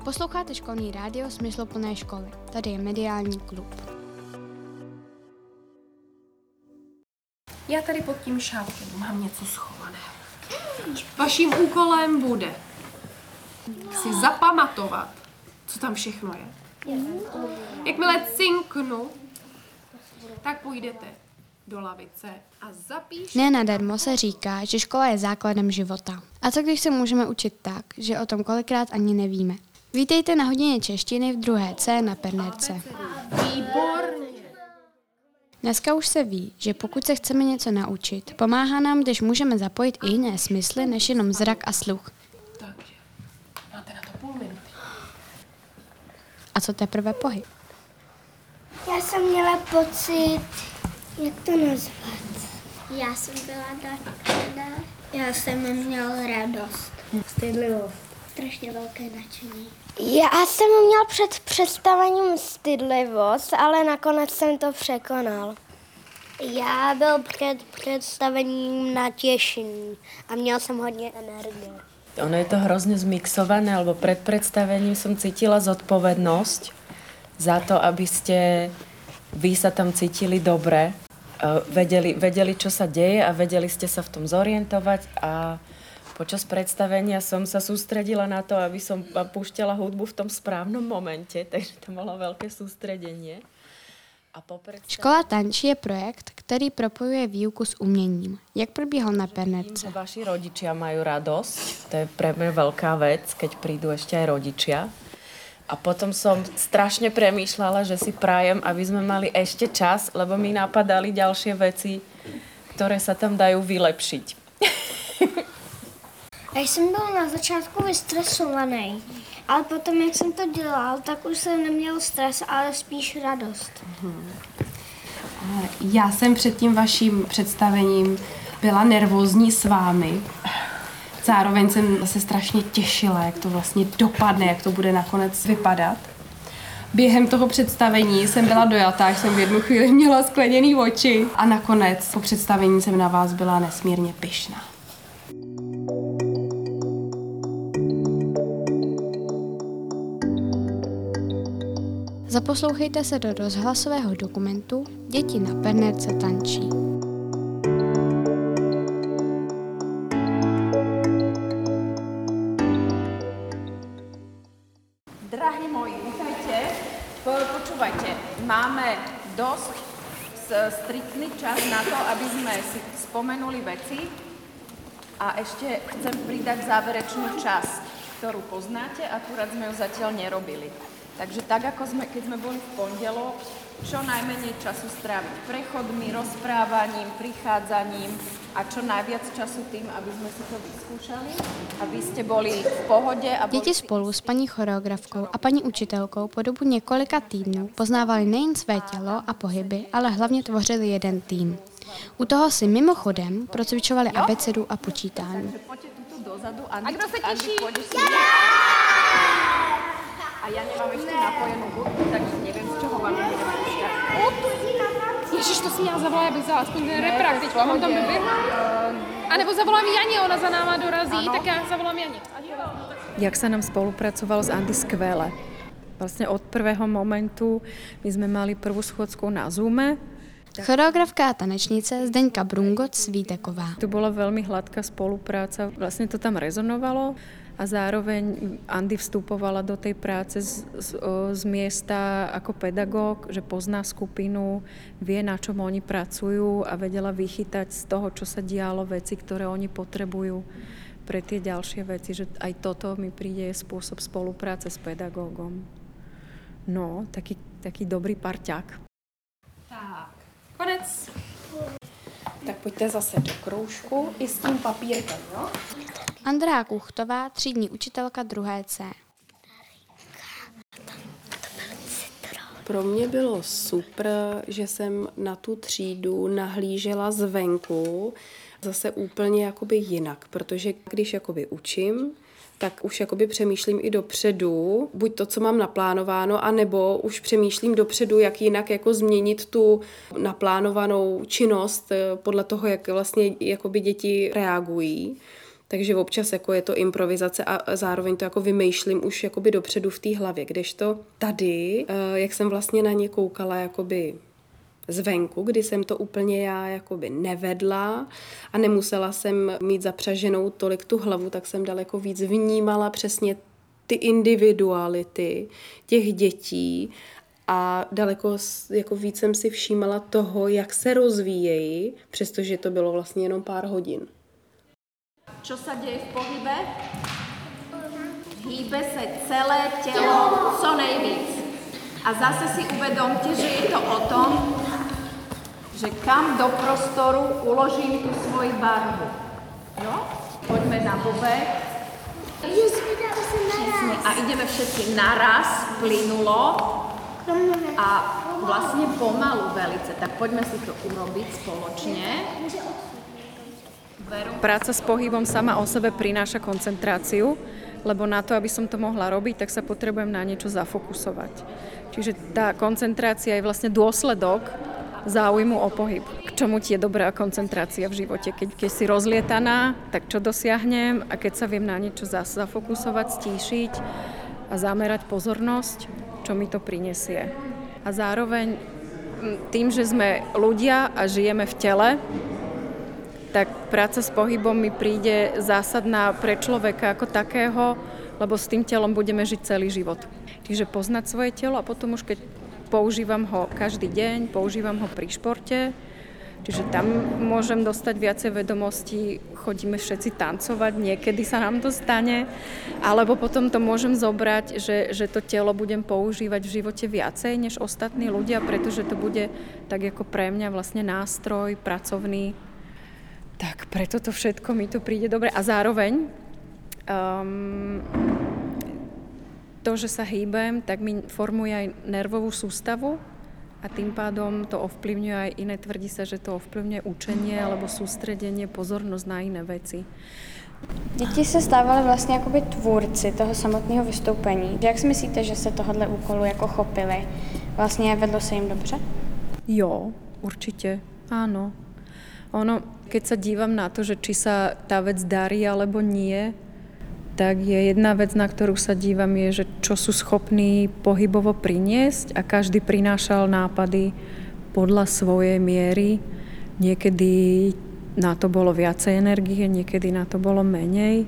Posloucháte školní rádio Smysluplné školy. Tady je mediální klub. Já tady pod tím šátkem mám něco schovaného. Vaším úkolem bude si zapamatovat, co tam všechno je. Jakmile cinknu, tak půjdete do lavice a zapíšete. Ne nadarmo se říká, že škola je základem života. A co když se můžeme učit tak, že o tom kolikrát ani nevíme? Vítejte na hodině češtiny v 2. C na Pernerce. Výborně. Dneska už se ví, že pokud se chceme něco naučit, pomáhá nám, když můžeme zapojit i jiné smysly, než jenom zrak a sluch. Takže máte na to půl minuty. A co teprve pohyb? Já jsem měla pocit, jak to nazvat. Já jsem byla nadšená. Já jsem měla radost. Stydlivost. Strašně velké nadšení. Já jsem měla před představením stydlivost, ale nakonec jsem to překonal. Já byl před představením natěšený a měl jsem hodně energie. Ono je to hrozne zmixované, lebo pred predstavením som cítila zodpovednosť za to, aby ste vy sa tam cítili dobre, vedeli, čo sa deje a vedeli ste sa v tom zorientovať a počas predstavenia som sa sústredila na to, aby som púšťala hudbu v tom správnom momente, takže to bolo veľké sústredenie. Škola tančí je projekt, který propojuje výuku s uměním. Jak probíhal na Pernerce? Vaši rodičia majú radosť, to je pre mňa veľká vec, keď prídu ešte aj rodičia. A potom som strašne premýšľala, že si prajem, aby sme mali ešte čas, lebo mi napadali ďalšie veci, ktoré sa tam dajú vylepšiť. Já jsem byl na začátku vystresovaný, ale potom, jak jsem to dělal, tak už jsem neměl stres, ale spíš radost. Já jsem před tím vaším představením byla nervózní s vámi. Zároveň jsem se strašně těšila, jak to vlastně dopadne, jak to bude nakonec vypadat. Během toho představení jsem byla dojatá, jsem v jednu chvíli měla skleněný oči a nakonec po představení jsem na vás byla nesmírně pyšná. Zaposlouchejte se do rozhlasového dokumentu Děti na Pernerce tančí. Drahí moji, vítajte. Počúvajte, máme dosť striktný čas na to, aby sme si spomenuli veci a ešte chcem pridať záverečnú časť, ktorú poznáte, akurát sme ju zatiaľ nerobili. Takže tak, ako keď sme boli v pondelok, čo najmenej času stráviť prechodmi, rozprávaním, prichádzaním a čo najviac času tým, aby sme si to vyskúšali, aby ste boli v pohode. Děti spolu s paní choreografkou a paní učitelkou po dobu několika týdnů poznávali nejen své tělo a pohyby, ale hlavně tvořili jeden tým. U toho si mimochodem procvičovali abecedu a počítání. A kdo se těší? A ja nemám ešte napojenú hudbu, takže neviem, z čoho vám budeme púšťať. Ježiš, to si měla zavolat, abych vzala aspoň ten reprak, teď mám tam doběhla. A nebo zavolám Janě, ona za náma dorazí, tak já zavolám Janě. Jak sa nám spolupracovalo s Andy skvele. Vlastne od prvého momentu my sme mali prvú schôdzku na Zoome. Choreografka a tanečnice Zdeňka Brungoc-Svíteková. To bola veľmi hladká spolupráca, vlastne to tam rezonovalo a zároveň Andy vstupovala do tej práce z miesta ako pedagóg, že pozná skupinu, vie, na čom oni pracujú a vedela vychytať z toho, čo sa dialo, veci, ktoré oni potrebujú pre tie ďalšie veci, že aj toto mi príde spôsob spolupráce s pedagógom. No, taký dobrý parťák. Tak, konec. Tak pojďte zase do kroužku i s tím papírkem, jo? Andrea Kuchtová, třídní učitelka 2. C. Pro mě bylo super, že jsem na tu třídu nahlížela zvenku zase úplně jakoby jinak, protože když jakoby učím, tak už jakoby přemýšlím i dopředu, buď to, co mám naplánováno, anebo už přemýšlím dopředu, jak jinak jako změnit tu naplánovanou činnost podle toho, jak vlastně jakoby děti reagují. Takže občas jako je to improvizace a zároveň to jako vymýšlím už jakoby dopředu v té hlavě, kdežto tady, jak jsem vlastně na ně koukala jakoby zvenku, kdy jsem to úplně já jakoby nevedla a nemusela jsem mít zapřaženou tolik tu hlavu, tak jsem daleko víc vnímala přesně ty individuality těch dětí a daleko jako víc jsem si všímala toho, jak se rozvíjejí, přestože to bylo vlastně jenom pár hodin. Čo sa deje v pohybe? Hýbe se celé tělo co nejvíc. A zase si uvedomte, že je to o tom, že kam do prostoru uložím tu svoji barvu. Jo? Poďme na bobek. A ideme všetci naraz, plynulo a vlastne pomalu velice. Tak poďme si to urobiť spoločne. Práca s pohybom sama o sebe prináša koncentráciu, lebo na to, aby som to mohla robiť, tak sa potrebujem na niečo zafokusovať. Čiže tá koncentrácia je vlastne dôsledok záujmu o pohyb. K čomu ti je dobrá koncentrácia v živote? Keď si rozlietaná, tak čo dosiahnem? A keď sa viem na niečo zafokusovať, stíšiť a zamerať pozornosť, čo mi to prinesie. A zároveň tým, že sme ľudia a žijeme v tele, tak práca s pohybom mi príde zásadná pre človeka ako takého, lebo s tým telom budeme žiť celý život. Čiže poznať svoje telo a potom už keď používam ho každý deň, používam ho pri športe, čiže tam môžem dostať viacej vedomostí, chodíme všetci tancovať, niekedy sa nám to stane, alebo potom to môžem zobrať, že to telo budem používať v živote viacej než ostatní ľudia, pretože to bude tak ako pre mňa vlastne nástroj pracovný. Tak preto to všetko mi to príde dobre. A zároveň to, že sa hýbem, tak mi formuje aj nervovú sústavu a tým pádom to ovplyvňuje aj iné. Tvrdí sa, že to ovplyvňuje učenie alebo sústredenie, pozornosť na iné veci. Děti se stávaly vlastně jakoby tvůrci toho samotného vystoupení. Jak si myslíte, že se tohohle úkolu jako chopili? Vlastně vedlo se jim dobře? Jo, určite, áno. Ono, keď sa dívam na to, že či sa tá vec darí alebo nie, tak je jedna vec, na ktorú sa dívam, je, že čo sú schopní pohybovo priniesť a každý prinášal nápady podľa svojej miery. Niekedy na to bolo viacej energie, niekedy na to bolo menej.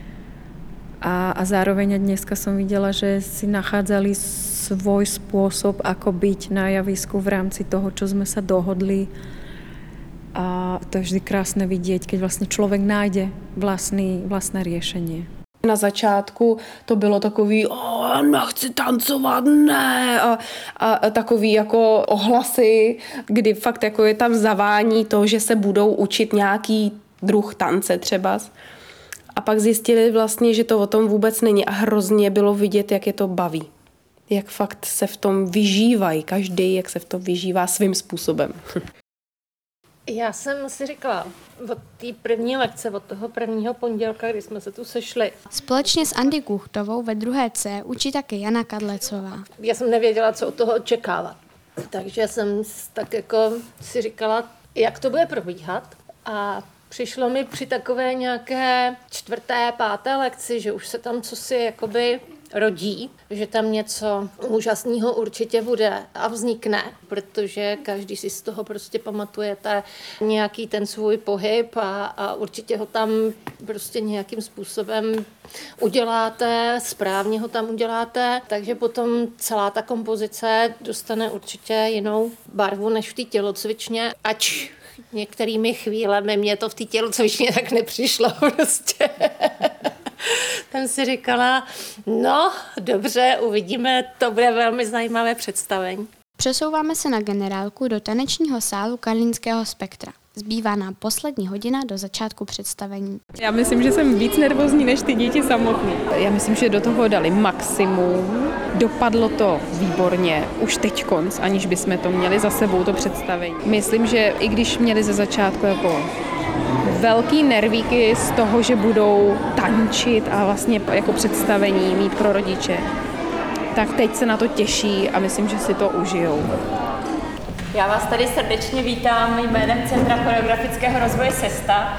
A zároveň dneska som videla, že si nachádzali svoj spôsob, ako byť na javisku v rámci toho, čo sme sa dohodli. A to je vždy krásne vidieť, keď vlastne človek nájde vlastné riešenie. Na začátku to bylo takový, nechci tancovat, ne, a takový jako ohlasy, kdy fakt jako je tam zavání to, že se budou učit nějaký druh tance třeba. A pak zjistili vlastně, že to o tom vůbec není a hrozně bylo vidět, jak je to baví. Jak fakt se v tom vyžívají, každý, jak se v tom vyžívá svým způsobem. Já jsem si říkala od té první lekce, od toho prvního pondělka, kdy jsme se tu sešli. Společně s Andy Kuchtovou ve 2. C učí taky Jana Kadlecová. Já jsem nevěděla, co od toho očekávat. Takže jsem tak jako si říkala, jak to bude probíhat. A přišlo mi při takové nějaké 4., 5. lekci, že už se tam cosi jakoby rodí, že tam něco úžasného určitě bude a vznikne, protože každý si z toho prostě pamatujete nějaký ten svůj pohyb a určitě ho tam prostě nějakým způsobem uděláte, správně ho tam uděláte, takže potom celá ta kompozice dostane určitě jinou barvu než v té tělocvičně, ač některými chvílemi mě to v té tělocvičně tak nepřišlo prostě. Tam si říkala, no dobře, uvidíme, to bude velmi zajímavé představení. Přesouváme se na generálku do tanečního sálu Karlínského spektra. Zbývá nám poslední hodina do začátku představení. Já myslím, že jsem víc nervózní než ty děti samotný. Já myslím, že do toho dali maximum. Dopadlo to výborně, už teď konc, aniž bychom to měli za sebou, to představení. Myslím, že i když měli ze začátku jako velký nervíky z toho, že budou tančit a vlastně jako představení mít pro rodiče, tak teď se na to těší a myslím, že si to užijou. Já vás tady srdečně vítám jménem Centra choreografického rozvoje SESTA,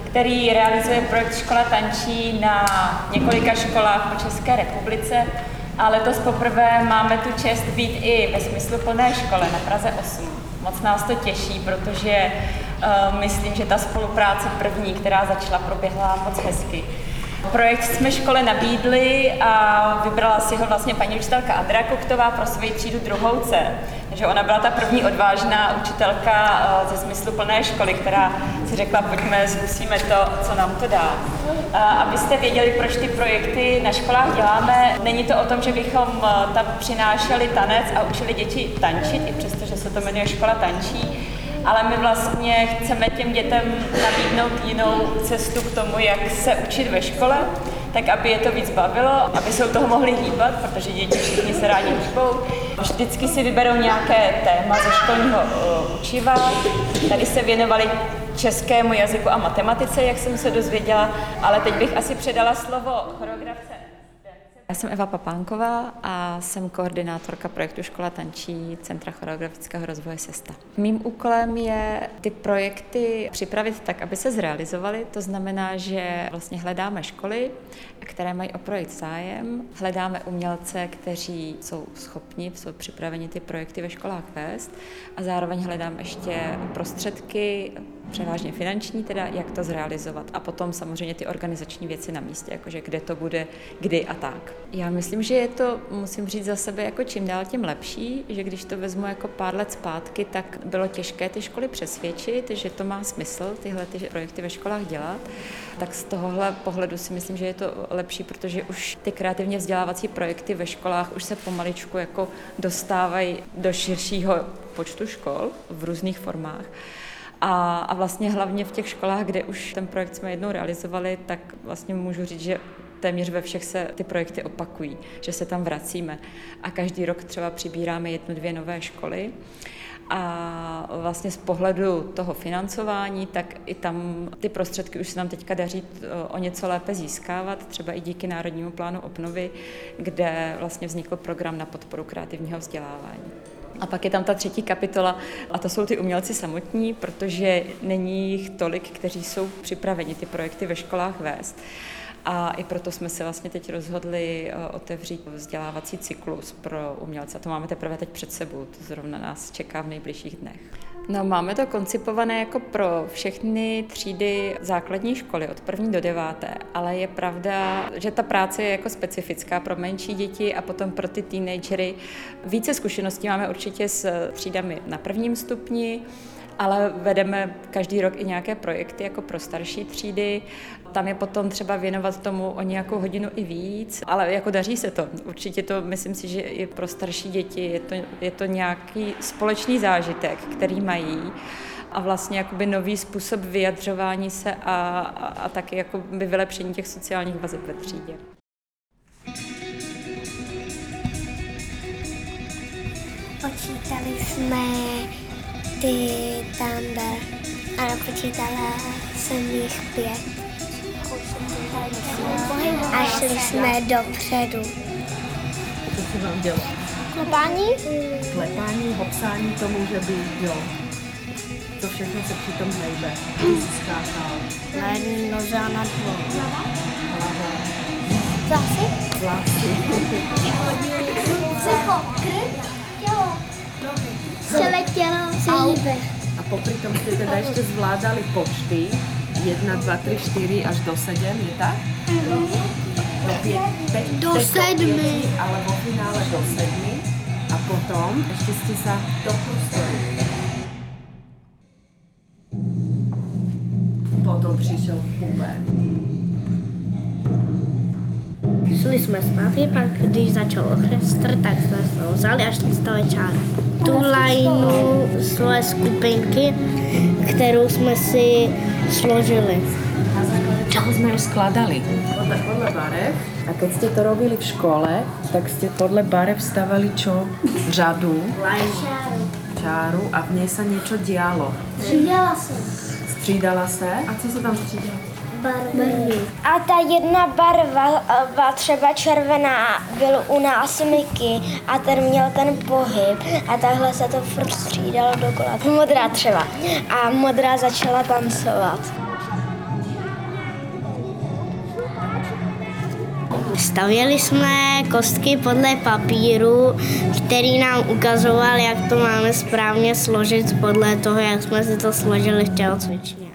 který realizuje projekt Škola tančí na několika školách po České republice. A letos poprvé máme tu čest být i ve Smysluplné škole na Praze 8. Moc nás to těší, protože myslím, že ta spolupráce první, která začala, proběhla moc hezky. Projekt jsme škole nabídli a vybrala si ho vlastně paní učitelka Andrea Koktová pro svoji třídu 2. C. Takže ona byla ta první odvážná učitelka ze Smysluplné školy, která si řekla, pojďme, zkusíme to, co nám to dá. Abyste věděli, proč ty projekty na školách děláme, není to o tom, že bychom tam přinášeli tanec a učili děti tančit, i přesto, že se to jmenuje Škola tančí, ale my vlastně chceme těm dětem nabídnout jinou cestu k tomu, jak se učit ve škole, tak aby je to víc bavilo, aby se u toho mohli hýbat, protože děti všichni se rádi hýbou. Vždycky si vyberou nějaké téma ze školního učiva. Tady se věnovali českému jazyku a matematice, jak jsem se dozvěděla, ale teď bych asi předala slovo choreografce. Já jsem Eva Papánková a jsem koordinátorka projektu Škola tančí Centra choreografického rozvoje SESTA. Mým úkolem je ty projekty připravit tak, aby se zrealizovaly. To znamená, že vlastně hledáme školy, které mají o projekt zájem, hledáme umělce, kteří jsou schopni, jsou připraveni ty projekty ve školách vést a zároveň hledám ještě prostředky, převážně finanční, teda jak to zrealizovat. A potom samozřejmě ty organizační věci na místě, jakože kde to bude, kdy a tak. Já myslím, že je to, musím říct za sebe, jako čím dál tím lepší, že když to vezmu jako pár let zpátky, tak bylo těžké ty školy přesvědčit, že to má smysl tyhle ty projekty ve školách dělat. Tak z tohohle pohledu si myslím, že je to lepší, protože už ty kreativně vzdělávací projekty ve školách už se pomaličku jako dostávají do širšího počtu škol v různých formách. A vlastně hlavně v těch školách, kde už ten projekt jsme jednou realizovali, tak vlastně můžu říct, že téměř ve všech se ty projekty opakují, že se tam vracíme. A každý rok třeba přibíráme 1-2 nové školy. A vlastně z pohledu toho financování, tak i tam ty prostředky už se nám teďka daří o něco lépe získávat, třeba i díky Národnímu plánu obnovy, kde vlastně vznikl program na podporu kreativního vzdělávání. A pak je tam ta 3. kapitola a to jsou ty umělci samotní, protože není jich tolik, kteří jsou připraveni ty projekty ve školách vést. A i proto jsme se vlastně teď rozhodli otevřít vzdělávací cyklus pro umělce. A to máme teprve teď před sebou, to zrovna nás čeká v nejbližších dnech. No, máme to koncipované jako pro všechny třídy základní školy od 1. do 9. Ale je pravda, že ta práce je jako specifická pro menší děti a potom pro ty teenagery. Více zkušeností máme určitě s třídami na 1. stupni, ale vedeme každý rok i nějaké projekty jako pro starší třídy. Tam je potom třeba věnovat tomu o nějakou hodinu i víc, ale jako daří se to. Určitě to, myslím si, že i pro starší děti je to nějaký společný zážitek, který mají a vlastně jakoby nový způsob vyjadřování se a taky jakoby vylepšení těch sociálních vazeb ve třídě. Počítali jsme ty tambe a napočítala jsem jich 5. A šli jsme dopředu. Co se vám dělá? Klepání? Klepání, hopsání, to může být, jo. To všechno se přitom nejde. Ty jsi skákal. Na jedné noze a na 2. Hlava. Vlasy? Vlasy. Psycho, krk, tělo. Celé tělo se hýbe. A popri tom jste teda ještě zvládali počty. 1, 2, 3, 4 až do 7, je tak? Do 7. Ale vo finále do 7. A potom ještě jste se doprostili. Potom přišel puber. Šli jsme zpátky, pak když začal orchestr, tak jsme se ho vzali a šli stavit čáru. Tu lajnu svoje skupinky, kterou jsme si složili. Na základě čeho jsme ju skladali? Podle barev. A keď ste to robili v škole, tak ste podle barev stavali čo? Řadu? Čáru. A v nej sa niečo dialo. Střídala se. Střídala se? A co se tam střídalo? Barvy. A ta jedna barva, třeba červená, byl u nás Miky a ten měl ten pohyb a takhle se to furt střídalo dokola. Modrá třeba. A modrá začala tancovat. Stavěli jsme kostky podle papíru, který nám ukazoval, jak to máme správně složit podle toho, jak jsme si to složili v tělocvičně.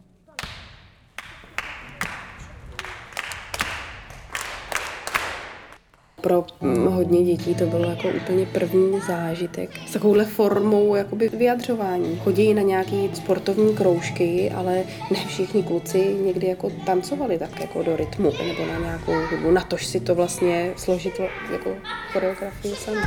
Pro hodně dětí to bylo jako úplně první zážitek s takovouhle formou jakoby vyjadřování. Chodí na nějaké sportovní kroužky, ale ne všichni kluci někdy jako tancovali tak jako do rytmu nebo na nějakou hudbu. Natož si to vlastně složit jako choreografii sami.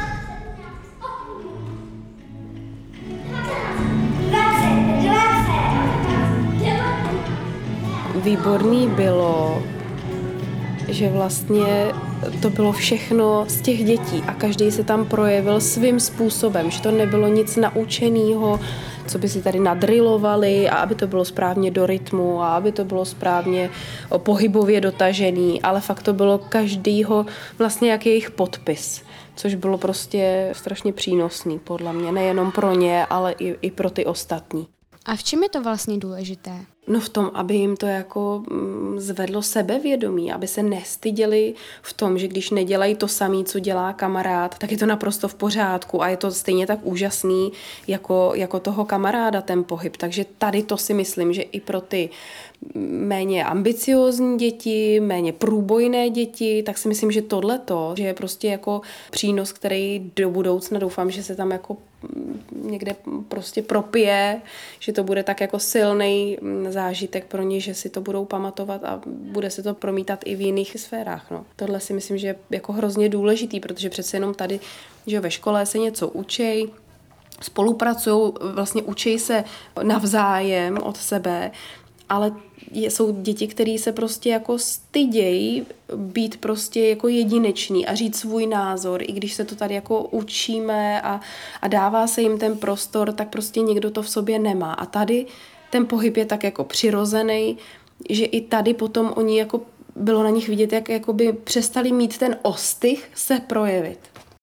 Výborný bylo, že vlastně to bylo všechno z těch dětí a každý se tam projevil svým způsobem, že to nebylo nic naučeného, co by si tady nadrilovali a aby to bylo správně do rytmu a aby to bylo správně pohybově dotažený, ale fakt to bylo každýho vlastně jak jejich podpis, což bylo prostě strašně přínosný podle mě, nejenom pro ně, ale i pro ty ostatní. A v čem je to vlastně důležité? No v tom, aby jim to jako zvedlo sebevědomí, aby se nestyděli v tom, že když nedělají to samé, co dělá kamarád, tak je to naprosto v pořádku a je to stejně tak úžasný jako toho kamaráda ten pohyb. Takže tady to si myslím, že i pro ty méně ambiciózní děti, méně průbojné děti, tak si myslím, že tohleto, že je prostě jako přínos, který do budoucna doufám, že se tam jako někde prostě propije, že to bude tak jako silný zážitek pro ně, že si to budou pamatovat a bude se to promítat i v jiných sférách. No. Tohle si myslím, že je jako hrozně důležitý, protože přece jenom tady, že ve škole se něco učí, spolupracují, vlastně učí se navzájem od sebe, ale jsou děti, které se prostě jako stydějí být prostě jako jedinečný a říct svůj názor, i když se to tady jako učíme a dává se jim ten prostor, tak prostě někdo to v sobě nemá. A tady ten pohyb je tak jako přirozený, že i tady potom oni jako bylo na nich vidět, jak jakoby přestali mít ten ostych se projevit.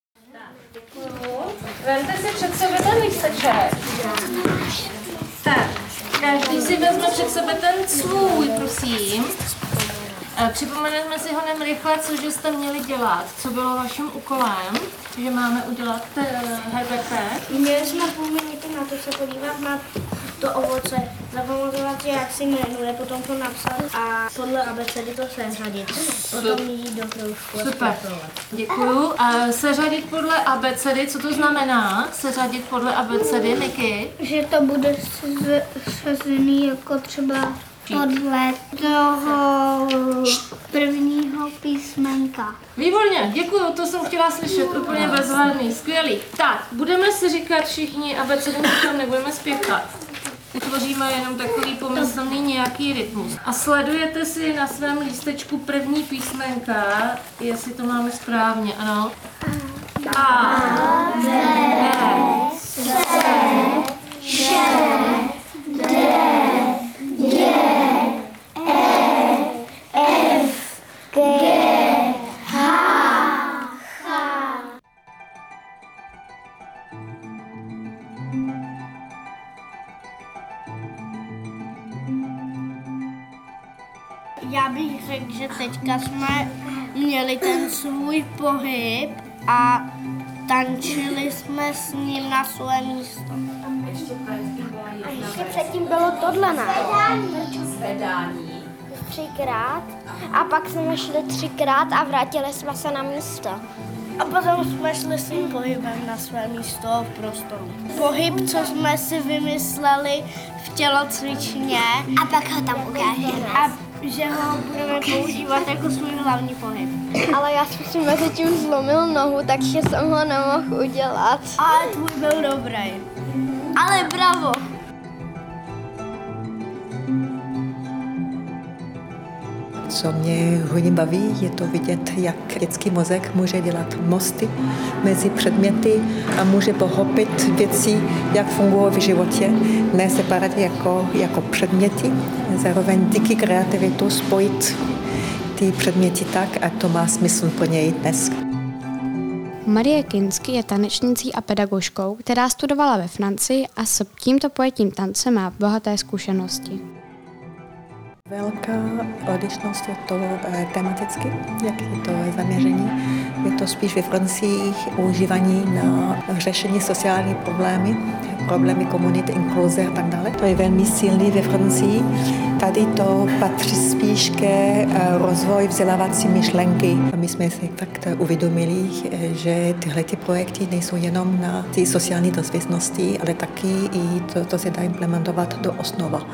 Vemte si před sebe ten lísteček. Tak, každý si vezme před sebe ten svůj, prosím. Připomeneme si ho nem rychle, co jste měli dělat, co bylo vaším úkolem, že máme udělat HBP. Měli jsme půl minuty na to se podívat na to ovoce, zapamatovat, jak se jmenuje, potom to napsat a podle abecedy to seřadit. Potom jít do kroužku. Super, děkuju. A seřadit podle abecedy, co to znamená? Seřadit podle abecedy, Niky? Že to bude seřazený jako třeba podle toho prvního písmenka. Výborně, děkuju, to jsem chtěla slyšet, úplně bezvadný, skvělý. Tak, budeme si říkat všichni abecedy, tam nebudeme spěchat. Utvoříme jenom takový pomyslný nějaký rytmus. A sledujete si na svém lístečku první písmenka, jestli to máme správně, ano? A, B, C, Š, D, G, E, F, G, H. Já bych řekl, že teďka jsme měli ten svůj pohyb a tančili jsme s ním na své místo. A ještě předtím bylo tohle Zvedání. 3krát a pak jsme šli 3krát a vrátili jsme se na místo. A potom jsme šli svým pohybem na své místo v prostoru. Pohyb, co jsme si vymysleli v tělocvičně. A pak ho tam ukážeme. A že ho budeme používat jako svůj hlavní pohyb. Ale já jsem si mezi tím zlomil nohu, takže jsem ho nemohl udělat. Ale tvůj byl dobrý. Ale bravo! Co mě hodně baví, je to vidět, jak dětský mozek může dělat mosty mezi předměty a může pochopit věci, jak fungují v životě, ne separatně jako předměty, zároveň díky kreativitu spojit ty předměty tak, a to má smysl pro něj dnes. Marie Kinsky je tanečnicí a pedagožkou, která studovala ve Francii a s tímto pojetím tance má bohaté zkušenosti. Velká odlišnost je to tematicky, jak je to zaměření. Je to spíš ve Francii užívání na řešení sociální problémy komunity, inkluze a tak dále. To je velmi silný ve Francii. Tady to patří spíš ke rozvoji vzdělávací myšlenky. A my jsme si fakt uvědomili, že tyhle projekty nejsou jenom na ty sociální dovednosti, ale taky i to se dá implementovat do osnova.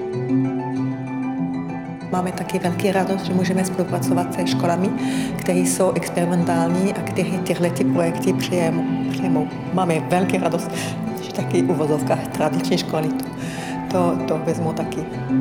Máme taky velký radost, že můžeme spolupracovat se školami, které jsou experimentální a které tyhle projekty přijmou. Máme velký radost, že taky u uvozovkách tradiční školy to vezmou taky.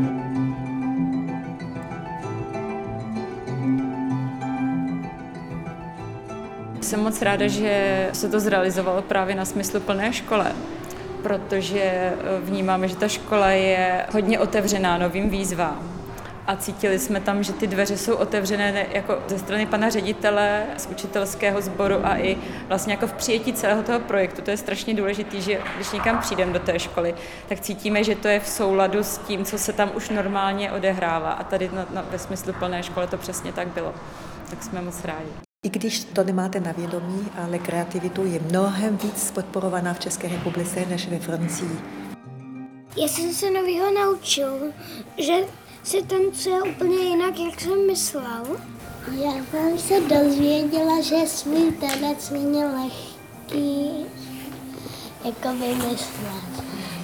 Jsem moc ráda, že se to zrealizovalo právě na Smysluplné škole, protože vnímáme, že ta škola je hodně otevřená novým výzvám. A cítili jsme tam, že ty dveře jsou otevřené jako ze strany pana ředitele, z učitelského sboru a i vlastně jako v přijetí celého toho projektu. To je strašně důležité, že když někam přijdeme do té školy, tak cítíme, že to je v souladu s tím, co se tam už normálně odehrává. A tady ve Smysluplné škole to přesně tak bylo. Tak jsme moc rádi. I když to nemáte na vědomí, ale kreativitu je mnohem víc podporovaná v České republice než ve Francii. Já jsem se novýho naučil, že se tancuje úplně jinak, jak jsem myslel. Já jsem se dozvěděla, že svůj tanec není lehký, jako vymyslet.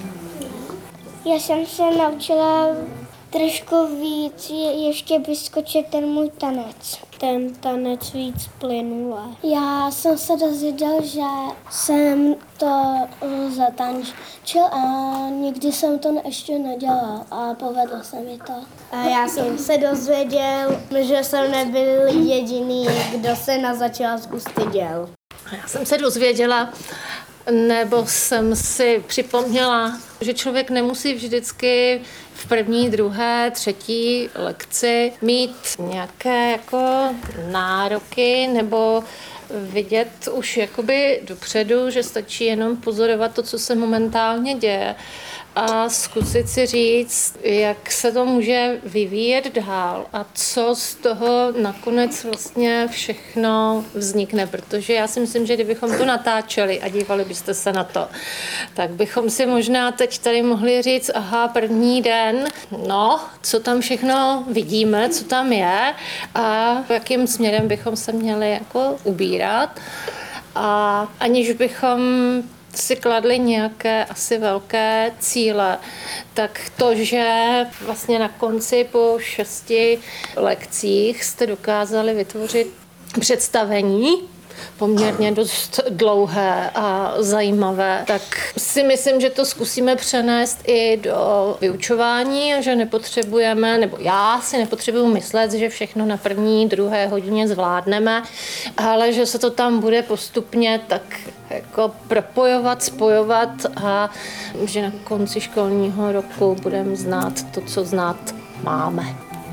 Já jsem se naučila trošku víc ještě vyskočit ten můj tanec. Ten tanec víc plynule. Já jsem se dozvěděl, že jsem to zatančil a nikdy jsem to ještě nedělal a povedlo se mi to. A já jsem se dozvěděl, že jsem nebyl jediný, kdo se na začátku styděl. Já jsem se dozvěděla, nebo jsem si připomněla, že člověk nemusí vždycky v první, druhé, třetí lekci mít nějaké jako nároky nebo vidět už jakoby dopředu, že stačí jenom pozorovat to, co se momentálně děje a zkusit si říct, jak se to může vyvíjet dál a co z toho nakonec vlastně všechno vznikne, protože já si myslím, že kdybychom to natáčeli a dívali byste se na to, tak bychom si možná teď tady mohli říct, aha, první den, no, co tam všechno vidíme, co tam je a jakým směrem bychom se měli jako ubírat a aniž bychom si kladli nějaké asi velké cíle, tak to, že vlastně na konci po 6 lekcích jste dokázali vytvořit představení poměrně dost dlouhé a zajímavé, tak si myslím, že to zkusíme přenést i do vyučování a že nepotřebujeme, nebo já si nepotřebuji myslet, že všechno na první, druhé hodině zvládneme, ale že se to tam bude postupně tak jako propojovat, spojovat a že na konci školního roku budeme znát to, co znát máme.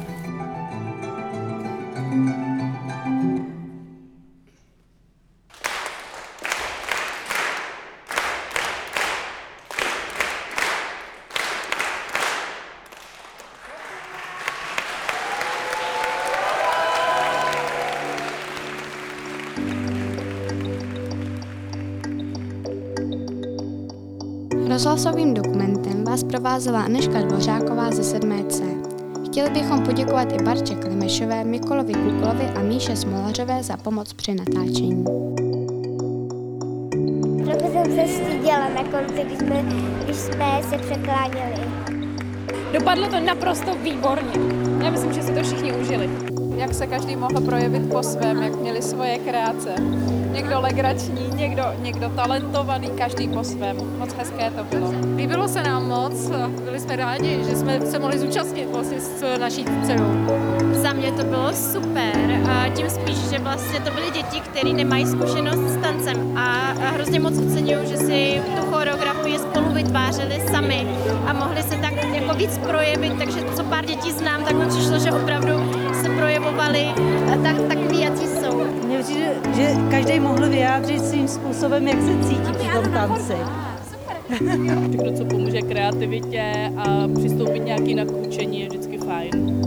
Rozhlasovým dokumentem vás provázela Anežka Dvořáková ze 7C. Chtěli bychom poděkovat i Barče Klimešové, Mikolovi Kuklovi a Míše Smolařové za pomoc při natáčení. Trochu jsem se styděla na konci, když jsme se překláněli. Dopadlo to naprosto výborně. Já myslím, že si to všichni užili. Jak se každý mohl projevit po svém, jak měli svoje kreace. Někdo legrační, někdo talentovaný, každý po svém. Moc hezké to bylo. Líbilo se nám moc, byli jsme rádi, že jsme se mohli zúčastnit vlastně s naší dcerou. Za mě to bylo super a tím spíš, že vlastně to byly děti, které nemají zkušenost s tancem a hrozně moc oceňuju, že si tu choreografii spolu vytvářeli sami a mohli se tak jako víc projevit, takže co pár dětí znám, tak mi přišlo, že opravdu se projevovali takový, jací jsou. Mně přijde, že každý mohl vyjádřit svým způsobem, jak se cítí při tom tanci. Všechno, co pomůže kreativitě a přistoupit nějaký na k učení, je vždycky fajn.